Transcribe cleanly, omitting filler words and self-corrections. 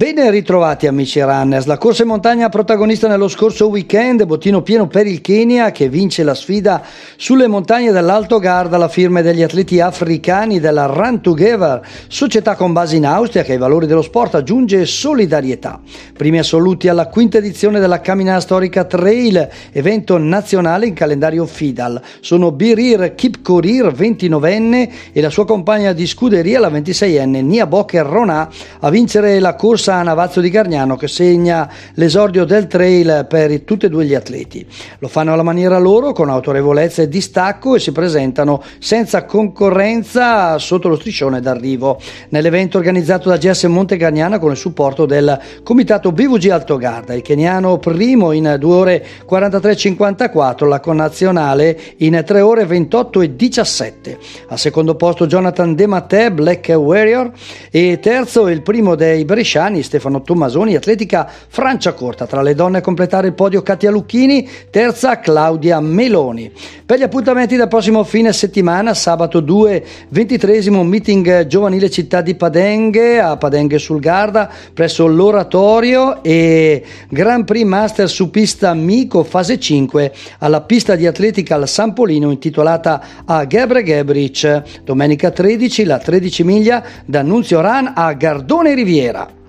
Ben ritrovati amici runners, la corsa in montagna protagonista nello scorso weekend, bottino pieno per il Kenya che vince la sfida sulle montagne dell'Alto Garda alla firma degli atleti africani della Run Together, società con base in Austria che ai valori dello sport aggiunge solidarietà. Primi assoluti alla quinta edizione della Camminata Storica Trail, evento nazionale in calendario FIDAL. Sono Birir Kipkorir, 29enne, e la sua compagna di scuderia, la 26enne Nia Boker Ronà, a vincere la corsa a Navazzo di Gargnano che segna l'esordio del trail per tutti e due gli atleti. Lo fanno alla maniera loro, con autorevolezza e distacco, e si presentano senza concorrenza sotto lo striscione d'arrivo. Nell'evento organizzato da GS Monte Gargnano con il supporto del comitato BVG Alto Garda, il keniano primo in 2 ore 43,54, la connazionale in 3 ore 28,17. Al secondo posto Jonathan De Mattè, Black Warrior, e terzo il primo dei bresciani Stefano Tommasoni, atletica Franciacorta. Tra le donne a completare il podio Katia Lucchini, terza Claudia Meloni. Per gli appuntamenti del prossimo fine settimana, sabato 2, 23esimo meeting giovanile città di Padenghe, a Padenghe sul Garda, presso l'Oratorio, e Grand Prix Master su pista Mico fase 5 alla pista di atletica al San Polino intitolata a Gebre Gebric. Domenica 13 la 13 miglia da Annunzio Run a Gardone Riviera.